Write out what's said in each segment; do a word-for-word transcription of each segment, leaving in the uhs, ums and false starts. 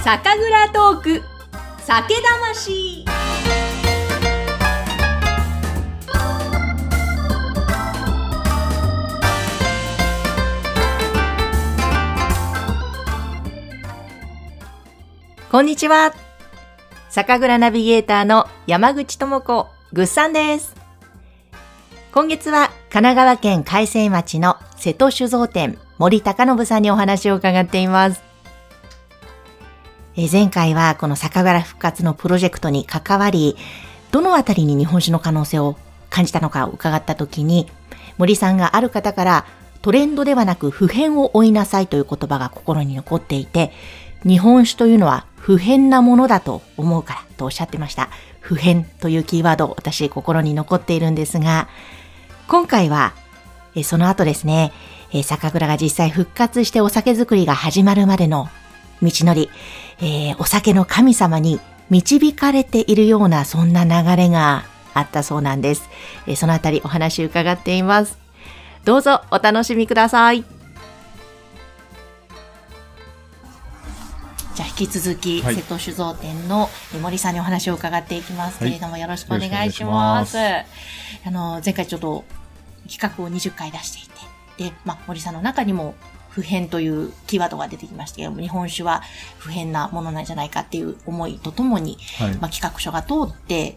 酒蔵トーク酒魂。こんにちは。酒蔵ナビゲーターの山口智子ぐっさんです。今月は神奈川県開成町の瀬戸酒造店森高信さんにお話を伺っています。え前回はこの酒蔵復活のプロジェクトに関わり、どのあたりに日本酒の可能性を感じたのかを伺ったときに、森さんがある方からトレンドではなく普遍を追いなさいという言葉が心に残っていて、日本酒というのは普遍なものだと思うからとおっしゃってました。普遍というキーワード、私心に残っているんですが、今回はえその後ですね、え酒蔵が実際復活してお酒作りが始まるまでの道のり、えー、お酒の神様に導かれているようなそんな流れがあったそうなんです。えー、そのあたりお話伺っています。どうぞお楽しみください。じゃあ引き続き、はい、瀬戸酒造店の森さんにお話を伺っていきますけれども、はい、よろしくお願いします。あの前回ちょっと企画をにじゅっかい出していて、で、まあ、森さんの中にも普遍というキーワードが出てきましたけども、日本酒は普遍なものなんじゃないかっていう思いとともに、はい、まあ、企画書が通って、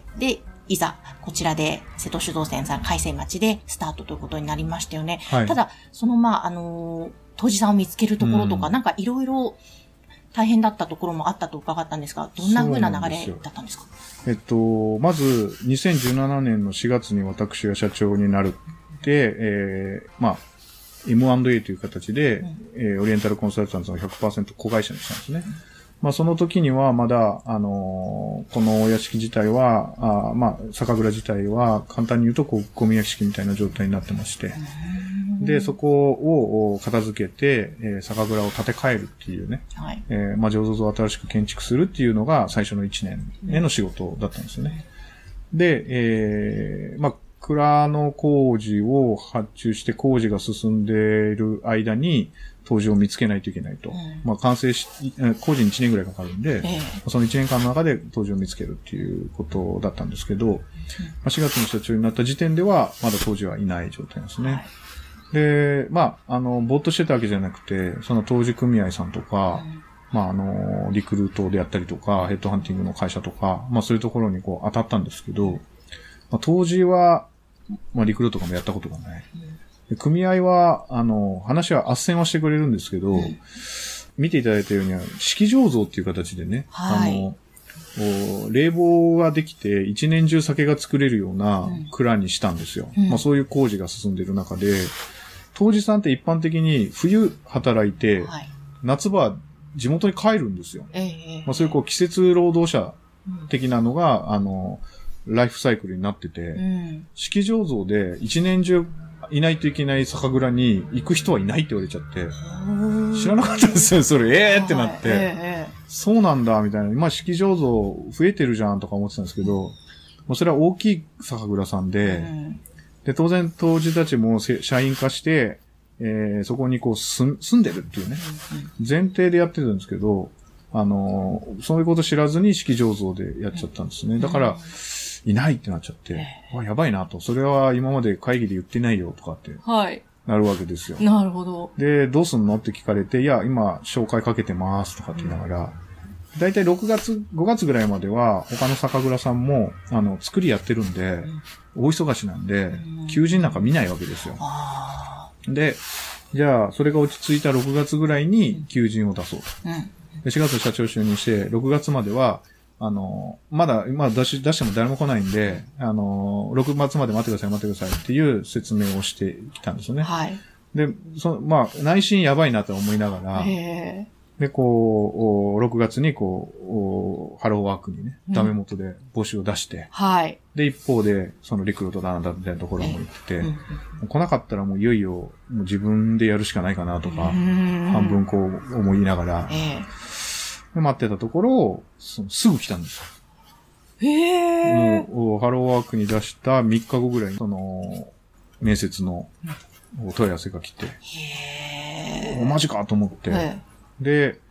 で、いざこちらで瀬戸酒造店さん開成町でスタートということになりましたよね。はい、ただ、そのまあ、あの、杜氏さんを見つけるところとか、うん、なんかいろいろ大変だったところもあったと伺ったんですが、どんな風な流れだったんですか？ えっと、まず、にせんじゅうななねんのしがつに私が社長になるって、えー、まあ、エムアンドエー という形で、うん、えー、オリエンタルコンサルタントの ひゃくパーセント 子会社にしたんですね。うん、まあ、その時にはまだ、あのー、このお屋敷自体は、あまあ、酒蔵自体は、簡単に言うと、こう、ゴミ屋敷みたいな状態になってまして、うん、で、そこを片付けて、えー、酒蔵を建て替えるっていうね、はい、えー、まあ、醸造を新しく建築するっていうのが最初のいちねんへの仕事だったんですよね。うん、で、えー、まあ、蔵の工事を発注して工事が進んでいる間に杜氏を見つけないといけないと。うん、まあ完成し、工事にいちねんぐらいかかるんで、えー、そのいちねんかんの中で杜氏を見つけるっていうことだったんですけど、うん、まあ、しがつの社長になった時点ではまだ杜氏はいない状態ですね。はい、で、まあ、あの、ぼーっとしてたわけじゃなくて、その杜氏組合さんとか、うん、まあ、あの、リクルートであったりとか、ヘッドハンティングの会社とか、まあそういうところにこう当たったんですけど、まあ、杜氏は、まあ、リクルートとかもやったことがない。で組合は、あの、話は斡旋はしてくれるんですけど、うん、見ていただいたように、式醸造っていう形でね、はい、あの、冷房ができて一年中酒が作れるような蔵にしたんですよ。うん、まあ、そういう工事が進んでいる中で、杜氏さんって一般的に冬働いて、はい、夏場地元に帰るんですよ。えー、まあ、そういうこう季節労働者的なのが、うん、あの、ライフサイクルになってて、うん、式醸造で一年中いないといけない酒蔵に行く人はいないって言われちゃって、知らなかったんですよ、それ。えーってなって、えー、そうなんだ、みたいな。今式醸造増えてるじゃんとか思ってたんですけど、もうそれは大きい酒蔵さんで、うん、で、当然杜氏たちも社員化して、えー、そこにこう住んでるっていうね、前提でやってるんですけど、あのー、そういうこと知らずに式醸造でやっちゃったんですね。だから、いないってなっちゃって、わ、やばいなと。それは今まで会議で言ってないよとかって。はい。なるわけですよ。 なるほど。 で、どうすんのって聞かれて、いや、今、紹介かけてますとかって言いながら、だいたいろくがつ、ごがつぐらいまでは、他の酒蔵さんも、あの、作りやってるんで、うん、大忙しなんで、うん、求人なんか見ないわけですよ。で、じゃあ、それが落ち着いたろくがつぐらいに求人を出そう。うん、でしがつ社長就任して、ろくがつまでは、あの、まだ、まだ出し、出しても誰も来ないんで、あの、ろくがつまで待ってください、待ってくださいっていう説明をしてきたんですよね。はい。で、その、まあ、内心やばいなと思いながら、へで、こう、ろくがつにこう、ハローワークにね、ダメ元で募集を出して、うん、はい。で、一方で、そのリクルートだなんだみたいなところも行って、うんうん、来なかったらもういよいよ、もう自分でやるしかないかなとか、半分こう思いながら、えーで待ってたところ、そのすぐ来たんですよ。へー。もう、ハローワークに出したみっかごぐらいに、その、面接の問い合わせが来て、へー。マジかと思って、で、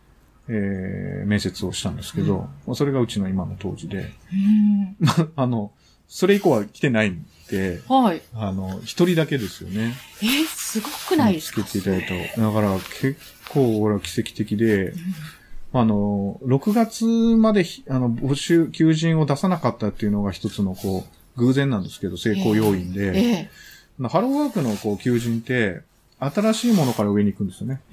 えー、面接をしたんですけど、うん、それがうちの今の当時で、 うん、 あの、それ以降は来てないんで、 はい。 あの、一人だけですよね。 えー、すごくないですか？ つけていただいた。だから結構俺は奇跡的で、うん、あの、ろくがつまで、あの、募集、求人を出さなかったっていうのが一つのこう、偶然なんですけど、成功要因で、えーえー、ハローワークのこう、求人って、新しいものから上に行くんですよね。 うん。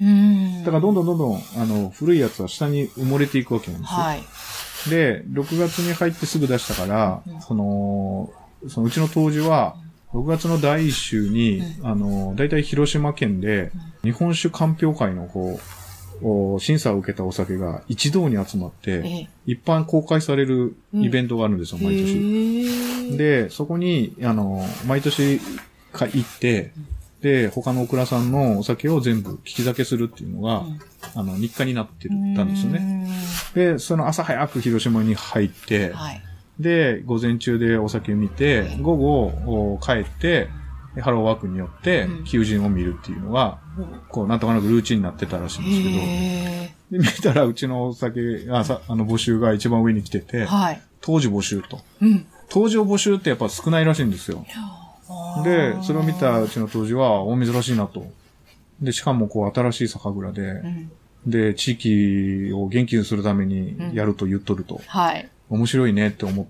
だからどんどんどんどん、あの、古いやつは下に埋もれていくわけなんですよ。 はい。 で、ろくがつに入ってすぐ出したから、うん、その、そのうちの当時は、ろくがつのだいいっ週に、うん、あの、だいたい広島県で、日本酒鑑評会のこう、審査を受けたお酒が一堂に集まって、ええ、一般公開されるイベントがあるんですよ、うん、毎年。で、そこに、あの、毎年か行って、で、他のオクラさんのお酒を全部聞き酒するっていうのが、うん、あの、日課になってたんですよね。で、その朝早く広島に入って、はい、で、午前中でお酒見て、午後帰って、ハローワークによって、求人を見るっていうのが、うん、こう、なんとかなくルーチンになってたらしいんですけど、で、見たらうちのお酒、あ、さ、あの、募集が一番上に来てて、はい、当時募集と。うん、当時募集ってやっぱ少ないらしいんですよ。で、それを見たうちの当時は、お、珍しいなと。で、しかもこう、新しい酒蔵で、うん、で、地域を元気にするためにやると言っとると。うん、はい。面白いねって思って、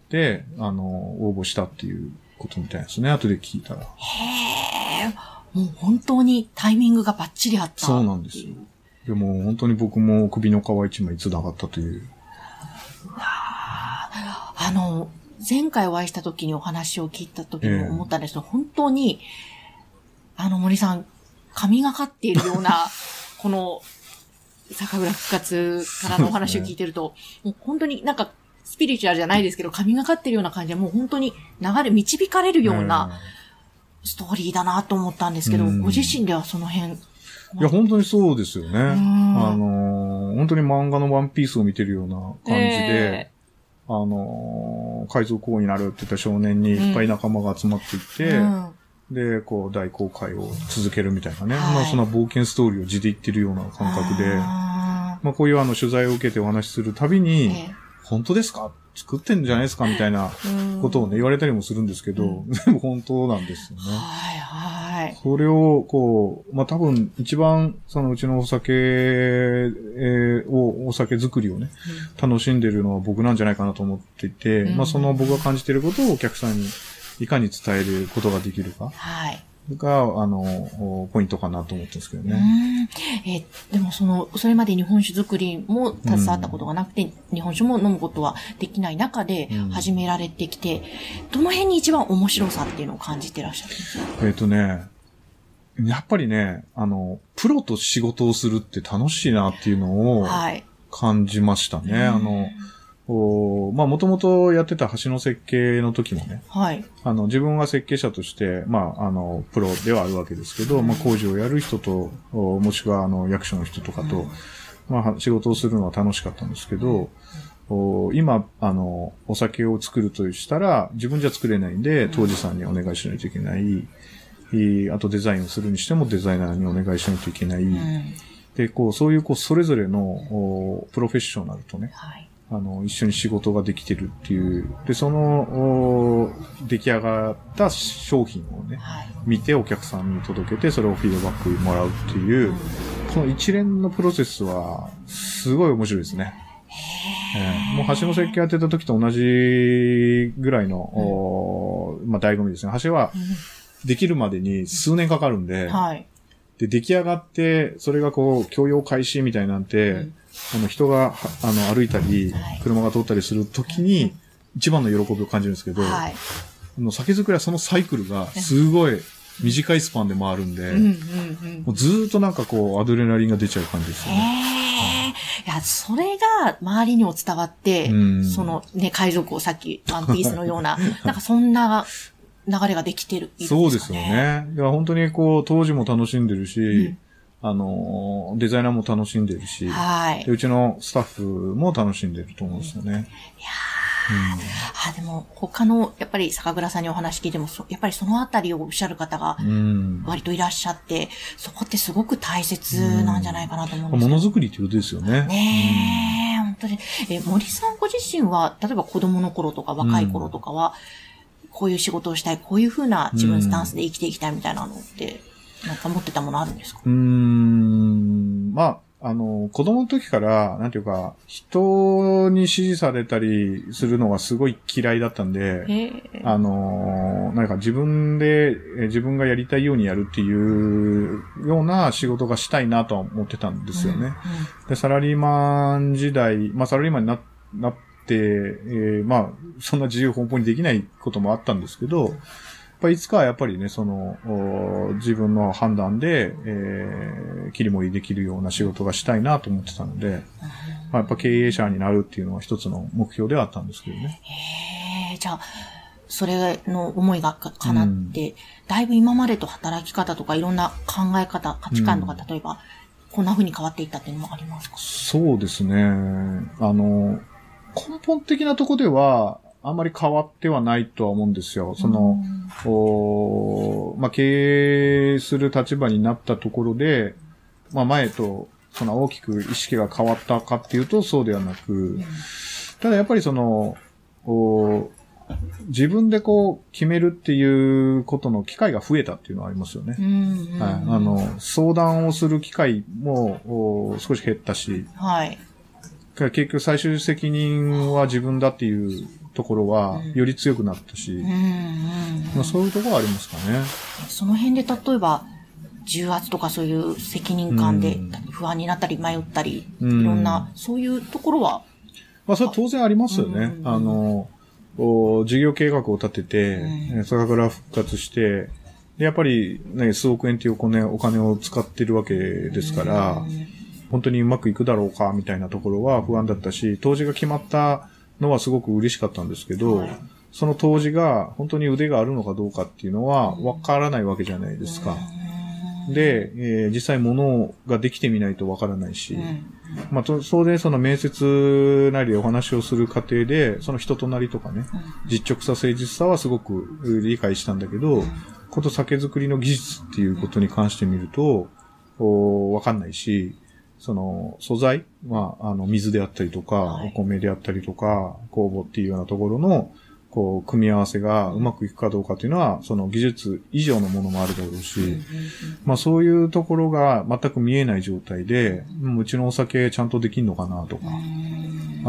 あの、応募したっていうことみたいですね。後で聞いたら。 へー。もう本当にタイミングがバッチリあった。 そうなんですよ。でも本当に僕も首の皮一枚繋がったという。 あの、前回お会いした時にお話を聞いた時に思ったんですけど、えー、本当に、あの森さん、神がかっているような、この、酒蔵復活からのお話を聞いてると、ね、もう本当になんか、スピリチュアルじゃないですけど、神がかっているような感じで、もう本当に流れ、導かれるようなストーリーだなと思ったんですけど、ご自身ではその辺。いや、本当にそうですよね。あの、本当に漫画のワンピースを見てるような感じで、えーあのー、海賊王になるって言った少年にいっぱい仲間が集まっていって、うん、で、こう、大航海を続けるみたいなね。はい、まあ、そんな冒険ストーリーを字で言ってるような感覚で、あまあ、こういうあの、取材を受けてお話しするたびに、えー、本当ですか作ってんじゃないですかみたいなことをね、言われたりもするんですけど、うん、全部本当なんですよね。 はいはい。 それを、こう、まあ、多分、一番、そのうちのお酒、えー、を、お酒作りをね、うん、楽しんでるのは僕なんじゃないかなと思っていて、うん、まあ、その僕が感じていることをお客さんにいかに伝えることができるか。はい。が、あの、ポイントかなと思ってるんですけどね。 うんえー、でもその、それまで日本酒作りも携わったことがなくて、うん、日本酒も飲むことはできない中で始められてきて、うん、どの辺に一番面白さっていうのを感じてらっしゃるんですか？ えっとね、やっぱりね、あの、プロと仕事をするって楽しいなっていうのを感じましたね。はい、あの、おまあ、もともとやってた橋の設計の時もね。はい。あの、自分は設計者として、まあ、あの、プロではあるわけですけど、うん、まあ、工事をやる人と、もしくは、あの、役所の人とかと、うん、まあ、仕事をするのは楽しかったんですけど、うん、今、あの、お酒を作るとしたら、自分じゃ作れないんで、杜氏さんにお願いしないといけない。あとデザインをするにしてもデザイナーにお願いしないといけない。うん、で、こう、そういう、こう、それぞれの、プロフェッショナルとね、はい、あの、一緒に仕事ができてるっていう。で、その、出来上がった商品をね、はい、見てお客さんに届けて、それをフィードバックもらうっていう、うん、この一連のプロセスは、すごい面白いですね。えー、もう橋の設計やってた時と同じぐらいの、うん、まあ、醍醐味ですね。橋は、できるまでに数年かかるんで、うんはい、で、出来上がって、それがこう、供用開始みたいなんて、うんあの人があの歩いたり、はい、車が通ったりするときに一番の喜びを感じるんですけど、はい、あの酒造りはそのサイクルがすごい短いスパンで回るんで、うんうんうん、もうずーっとなんかこうアドレナリンが出ちゃう感じですよね。 へーいや、それが周りにも伝わって、うん、そのね、海賊をさっきワンピースのような、なんかそんな流れができてる、 いいですかね。そうですよね。だから本当にこう当時も楽しんでるし、うんあの、デザイナーも楽しんでるし、はい。でうちのスタッフも楽しんでると思うんですよね。いやあ、でも他のやっぱり酒蔵さんにお話聞いても、やっぱりそのあたりをおっしゃる方が割といらっしゃって、うん、そこってすごく大切なんじゃないかなと思うんですけど。 ものづくりということですよね。 ねえ、うん、本当に。え、森さんご自身は、例えば子供の頃とか若い頃とかは、うん、こういう仕事をしたい、こういうふうな自分スタンスで生きていきたいみたいなのって、なんか持ってたものあるんですか？ うーん、まあ、あの、子供の時から、なんていうか、人に指示されたりするのがすごい嫌いだったんで、あの、なんか自分で、自分がやりたいようにやるっていうような仕事がしたいなとは思ってたんですよね。うんうん、で、サラリーマン時代、まあサラリーマンにな、なって、えー、まあ、そんな自由奔放にできないこともあったんですけど、やっぱいつかはやっぱりね、その、自分の判断で、えー、切り盛りできるような仕事がしたいなと思ってたので、まあ、やっぱ経営者になるっていうのは一つの目標ではあったんですけどね。 へー、じゃあ、それの思いが叶って、うん、だいぶ今までと働き方とかいろんな考え方、価値観とか、例えば、こんな風に変わっていったっていうのもありますか？ そうですね。あの、根本的なところでは、あんまり変わってはないとは思うんですよ。その、おまあ、経営する立場になったところで、まあ、前と、その大きく意識が変わったかっていうとそうではなく、ただやっぱりその、お自分でこう決めるっていうことの機会が増えたっていうのはありますよね。はい、あの、相談をする機会も少し減ったし、はい。結局最終責任は自分だっていうところはより強くなったし、うんうんうんまあ、そういうところはありますかね。 その辺で例えば重圧とかそういう責任感で不安になったり迷ったり、うん、いろんなそういうところは、 まあそれは当然ありますよね。うんうん、あの事業計画を立てて、うん、それから復活してでやっぱり、ね、数億円というお金、お金を使ってるわけですから、うん、本当にうまくいくだろうかみたいなところは不安だったし、当時が決まったのはすごく嬉しかったんですけど、はい、その当時が本当に腕があるのかどうかっていうのは分からないわけじゃないですか。うん、で、えー、実際物ができてみないと分からないし、うん、まあ、と、そうでその面接なりお話をする過程で、その人となりとかね、うん、実直さ誠実さはすごく理解したんだけど、うん、こと酒造りの技術っていうことに関してみると、お分かんないし、その素材、まあ、あの水であったりとか、はい、お米であったりとか、酵母っていうようなところのこう組み合わせがうまくいくかどうかっていうのは、その技術以上のものもあるだろうし、うんうんうん、まあそういうところが全く見えない状態で、うん、うちのお酒ちゃんとできんのかなとか、うん、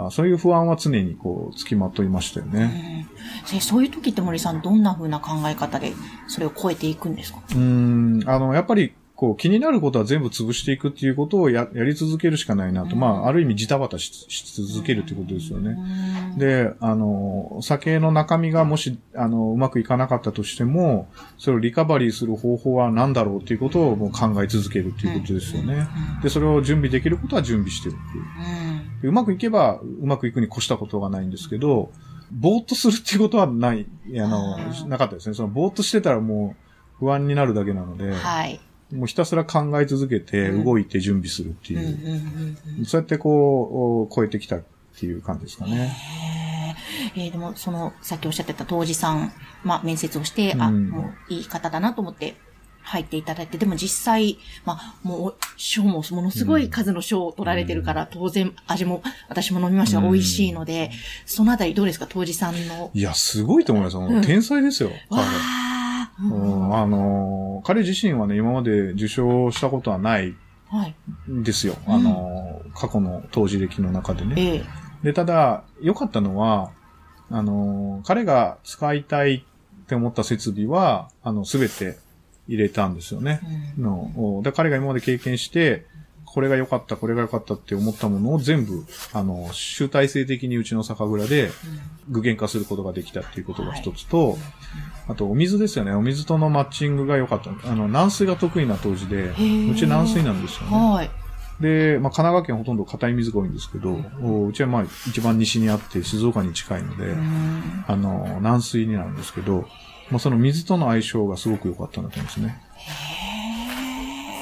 あそういう不安は常にこう付きまといましたよね。 うん、そういう時って森さんどんな風な考え方でそれを超えていくんですか？ うーん、あのやっぱりこう気になることは全部潰していくっていうことを や, やり続けるしかないなと。うん、まあ、ある意味ジタバタ し, し続けるということですよね。うん、で、あの、酒の中身がもし、あの、うまくいかなかったとしても、それをリカバリーする方法は何だろうっていうことをもう考え続けるっていうことですよね。うん、で、それを準備できることは準備してるっていう。うん、うまくいけば、うまくいくに越したことがないんですけど、ぼーっとするっていうことはない、あの、なかったですね。そのぼーっとしてたらもう不安になるだけなので。はい。もうひたすら考え続けて、動いて準備するっていう。うん、そうやってこう、超えてきたっていう感じですかね。 えー、でも、その、さっきおっしゃってた当時さん、まあ、面接をして、うん、あ、もういい方だなと思って入っていただいて、でも実際、まあ、もう、賞もものすごい数の賞を取られてるから、うん、当然、味も、私も飲みましたが、美味しいので、そのあたりどうですか、当時さんの。 いや、すごいと思います。うん、天才ですよ。 わー。 うん、あの、彼自身はね、今まで受賞したことはないんですよ。はい、あの、うん、過去の当時歴の中でね。ええ、で、ただ、良かったのは、あの、彼が使いたいって思った設備は、あの、すべて入れたんですよね。うん、ので、彼が今まで経験して、これが良かった、これが良かったって思ったものを全部、あの、集大成的にうちの酒蔵で具現化することができたっていうことが一つと、はい、あと、お水ですよね。お水とのマッチングが良かった。あの、軟水が得意な当時で、うち軟水なんですよね。はい。で、まあ、神奈川県ほとんど硬い水が多いんですけど、うちはまあ、一番西にあって静岡に近いので、あの、軟水になるんですけど、まあ、その水との相性がすごく良かったんだと思うんですね。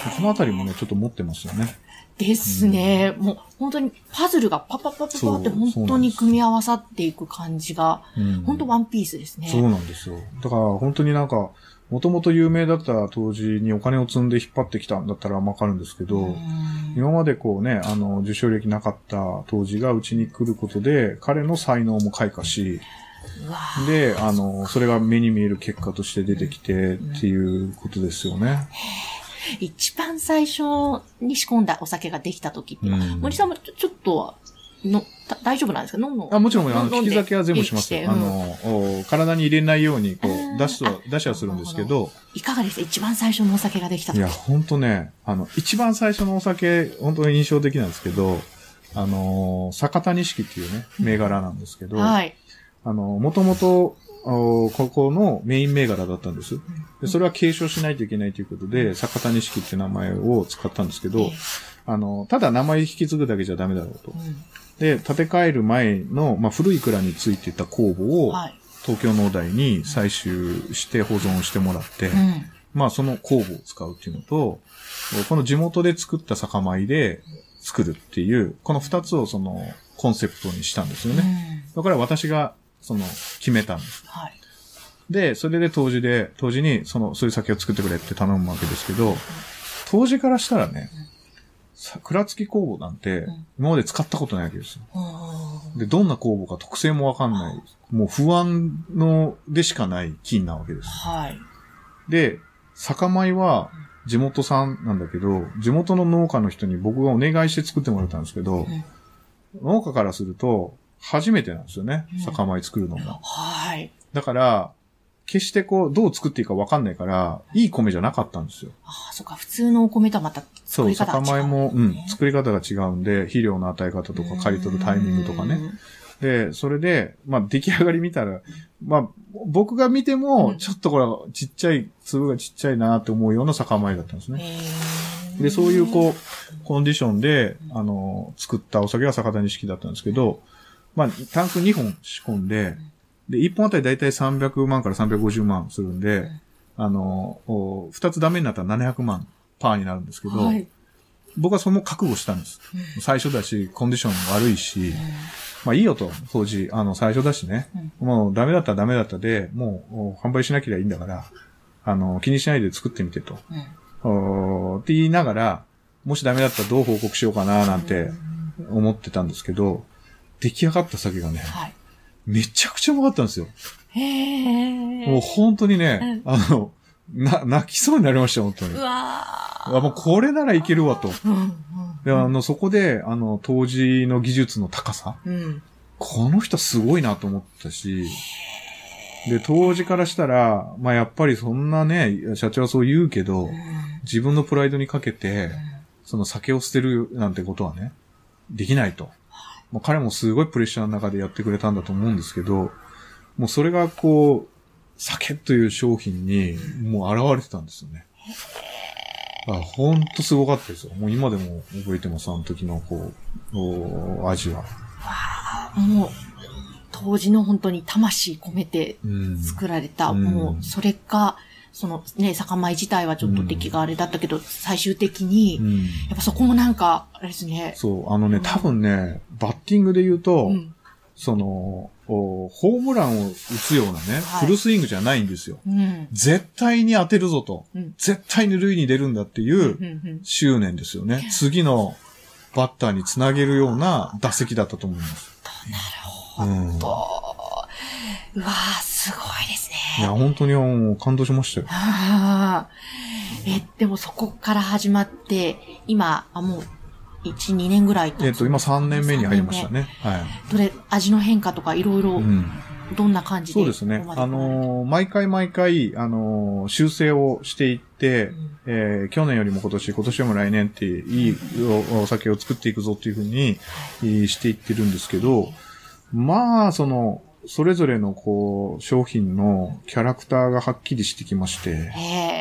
このあたりもね、ちょっと持ってますよね。 ですね。うん、もう本当にパズルがパパパパパって本当に組み合わさっていく感じが、うん、本当ワンピースですね。 そうなんですよ。だから本当になんか、もともと有名だった当時にお金を積んで引っ張ってきたんだったらわかるんですけど、今までこうね、あの、受賞歴なかった当時がうちに来ることで、彼の才能も開花し、で、あの、それが目に見える結果として出てきてっていうことですよね。 一番最初に仕込んだお酒ができた時っていうのは、うん、森さんもちょっとの大丈夫なんですか？飲むの？ あ、もちろん、あの、利き酒は全部しますよ。うん、あの、体に入れないように、こう、出しは、出しはするんですけど。 いかがですか？一番最初のお酒ができた時。 いや、ほんとね、あの、一番最初のお酒、本当に印象的なんですけど、あの、酒田錦っていうね、銘柄なんですけど、はい。あの、もともと、ここのメイン銘柄だったんです。で、それは継承しないといけないということで、酒田錦って名前を使ったんですけど、あの、ただ名前引き継ぐだけじゃダメだろうと。で、建て替える前の、まあ、古い蔵についていた酵母を、東京農大に採集して保存してもらって、まあ、その酵母を使うっていうのと、この地元で作った酒米で作るっていう、この二つをその、コンセプトにしたんですよね。だから私が、その、決めたんです。はい。で、それで当時で、当時に、その、そういう酒を作ってくれって頼むわけですけど、当時からしたらね、蔵付き酵母なんて、今まで使ったことないわけですよ。で、どんな酵母か特性もわかんない。もう不安の、でしかない菌なわけです。はい。で、酒米は、地元産なんだけど、地元の農家の人に僕がお願いして作ってもらったんですけど、農家からすると、初めてなんですよね。酒米作るのも。うん、はい。だから、決してこう、どう作っていいか分かんないから、いい米じゃなかったんですよ。 ああ、そっか。普通のお米とはまた作り方が違う、ね。 そう、酒米も、うん、作り方が違うんで、肥料の与え方とか、刈り取るタイミングとかね。で、それで、まあ、出来上がり見たら、まあ、僕が見ても、ちょっとこれ、ちっちゃい、粒がちっちゃいなって思うような酒米だったんですね。で、そういうこう、コンディションで、あの、作ったお酒が酒田錦だったんですけど、まあ、タンクにほん仕込んで、で、いっぽんあたりだいたいさんびゃくまんからさんびゃくごじゅうまんするんで、あの、ふたつダメになったらななひゃくまんパーになるんですけど、はい、僕はその覚悟したんです。最初だし、コンディションも悪いし、まあいいよと、当時、あの、最初だしね、もうダメだったらダメだったで、もう販売しなきゃいいんだから、あの、気にしないで作ってみてと。って言いながら、もしダメだったらどう報告しようかななんて思ってたんですけど、出来上がった酒がね、はい、めちゃくちゃうまかったんですよ。へー。もう本当にね、うん、あの、な、泣きそうになりました、本当に。うわー。もうこれならいけるわと。うんうん、で、あの、そこで、あの、当時の技術の高さ。うん、この人すごいなと思ったし、で、当時からしたら、まあやっぱりそんなね、社長はそう言うけど、うん、自分のプライドにかけて、その酒を捨てるなんてことはね、できないと。もう彼もすごいプレッシャーの中でやってくれたんだと思うんですけど、もうそれがこう、酒という商品にもう現れてたんですよね。あ、ほんとすごかったですよ。もう今でも覚えてます、あの時のこう、味は。わあ、もう、当時の本当に魂込めて作られた、うん、もうそれか、そのね、酒米自体はちょっと出来があれだったけど、うん、最終的に、うん、やっぱそこもなんか、あれですね。 そう、あのね、多分ね、バッティングで言うと、うん、その、ホームランを打つようなね、はい、フルスイングじゃないんですよ。うん、絶対に当てるぞと、うん。絶対に塁に出るんだっていう執念ですよね。うん、次のバッターにつなげるような打席だったと思います。 なるほど。うん、うわぁ、すごいですね。 いや、本当にもう感動しましたよ。あえ、でもそこから始まって、今、あもう、いち、にねんぐらい経つ、 えっと、今さんねんめに入りましたね。はい。 どれ、味の変化とかいろいろ、どんな感じで、 そうですね。あのー、毎回毎回、あのー、修正をしていって、うん、えー、去年よりも今年、今年よりも来年っていいお酒を作っていくぞっていうふうに、していってるんですけど、まあ、その、それぞれのこう、商品のキャラクターがはっきりしてきまして、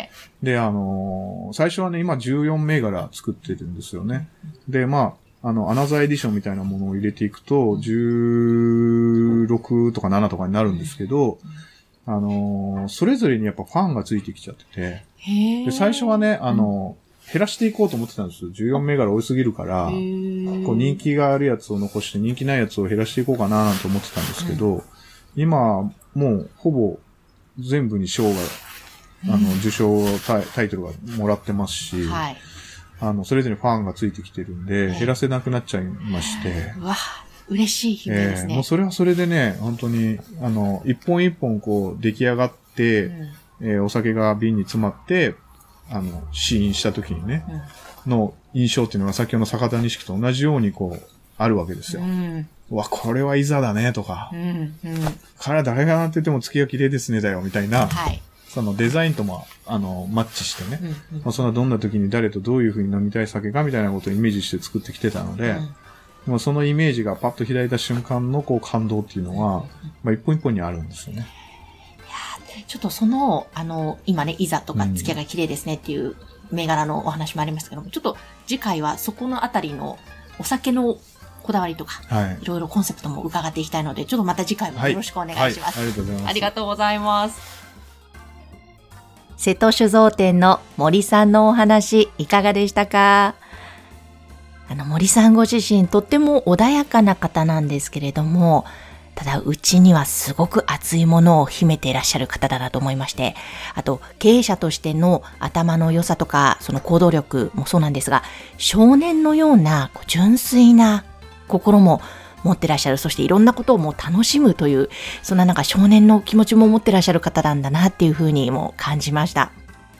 で、あのー、最初はね、今じゅうよんめいがら作ってるんですよね。で、まあ、あの、アナザーエディションみたいなものを入れていくと、じゅうろくとかななとかになるんですけど、あのー、それぞれにやっぱファンがついてきちゃってて、で、最初はね、あの、 減らしていこうと思ってたんですよ。じゅうよん銘柄多すぎるから、こう人気があるやつを残して人気ないやつを減らしていこうかななんて思ってたんですけど、うん、今、もうほぼ全部に賞が、あの、受賞タイ、タイトルがもらってますし、はい、あの、それぞれファンがついてきてるんで、減らせなくなっちゃいまして。 うわ、嬉しい悲鳴ですね。 えー、もうそれはそれでね、本当に、あの、一本一本こう出来上がって、うん、えー、お酒が瓶に詰まって、あの、試飲した時にね、うん、の印象っていうのが先ほどの酒田錦と同じようにこう、あるわけですよ。うん、うわ、これはいざだね、とか、うんうん、から誰がなってても月が綺麗ですね、だよ、みたいな、はい、そのデザインとも、あの、マッチしてね、うんうん、まあ、そんなどんな時に誰とどういう風に飲みたい酒かみたいなことをイメージして作ってきてたので、うん、もうそのイメージがパッと開いた瞬間のこう感動っていうのは、まあ、一本一本にあるんですよね。 いやちょっとその、あの、今ね、いざとか月が綺麗ですねっていう銘柄のお話もありましたけども、うん、ちょっと次回はそこのあたりのお酒のこだわりとか、はい、いろいろコンセプトも伺っていきたいので、ちょっとまた次回もよろしくお願いします。 はいはい、ありがとうございます。 ありがとうございます。瀬戸酒造店の森さんのお話、いかがでしたか？あの森さんご自身、とっても穏やかな方なんですけれども、ただうちにはすごく熱いものを秘めていらっしゃる方だなと思いまして、あと経営者としての頭の良さとか、その行動力もそうなんですが、少年のような純粋な心も持ってらっしゃる。そしていろんなことをもう楽しむという、そんななんか少年の気持ちも持ってらっしゃる方なんだなっていうふうにも感じました。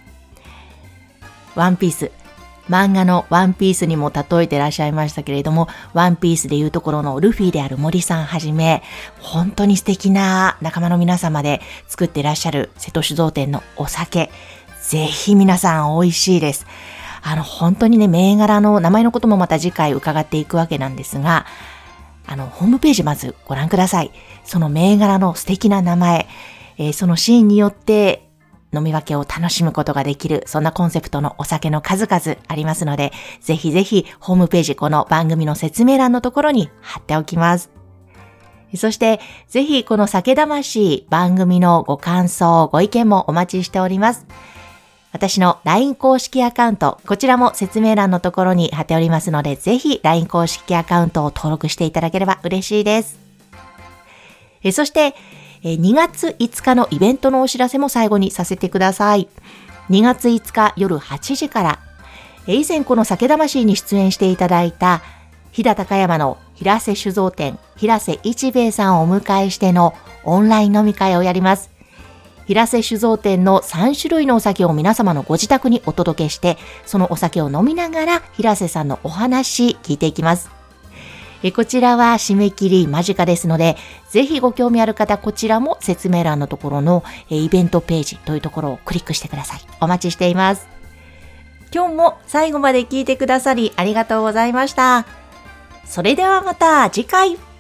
ワンピース。漫画のワンピースにも例えてらっしゃいましたけれども、ワンピースでいうところのルフィである森さんはじめ、本当に素敵な仲間の皆様で作ってらっしゃる瀬戸酒造店のお酒、ぜひ皆さん美味しいです。あの本当にね、銘柄の名前のこともまた次回伺っていくわけなんですが、あのホームページまずご覧ください。その銘柄の素敵な名前、えー、そのシーンによって飲み分けを楽しむことができる、そんなコンセプトのお酒の数々ありますので、ぜひぜひホームページ、この番組の説明欄のところに貼っておきます。そしてぜひこの酒魂番組のご感想、ご意見もお待ちしております。私の ライン 公式アカウント、こちらも説明欄のところに貼っておりますので、ぜひ ライン 公式アカウントを登録していただければ嬉しいです。えそしてにがついつかのイベントのお知らせも最後にさせてください。にがついつか夜はちじから、以前この酒魂に出演していただいた飛騨高山の平瀬酒造店、平瀬一兵衛さんをお迎えしてのオンライン飲み会をやります。平瀬酒造店のさんしゅるいのお酒を皆様のご自宅にお届けして、そのお酒を飲みながら平瀬さんのお話聞いていきます。えこちらは締め切り間近ですので、ぜひご興味ある方、こちらも説明欄のところのイベントページというところをクリックしてください。お待ちしています。今日も最後まで聞いてくださりありがとうございました。それではまた次回。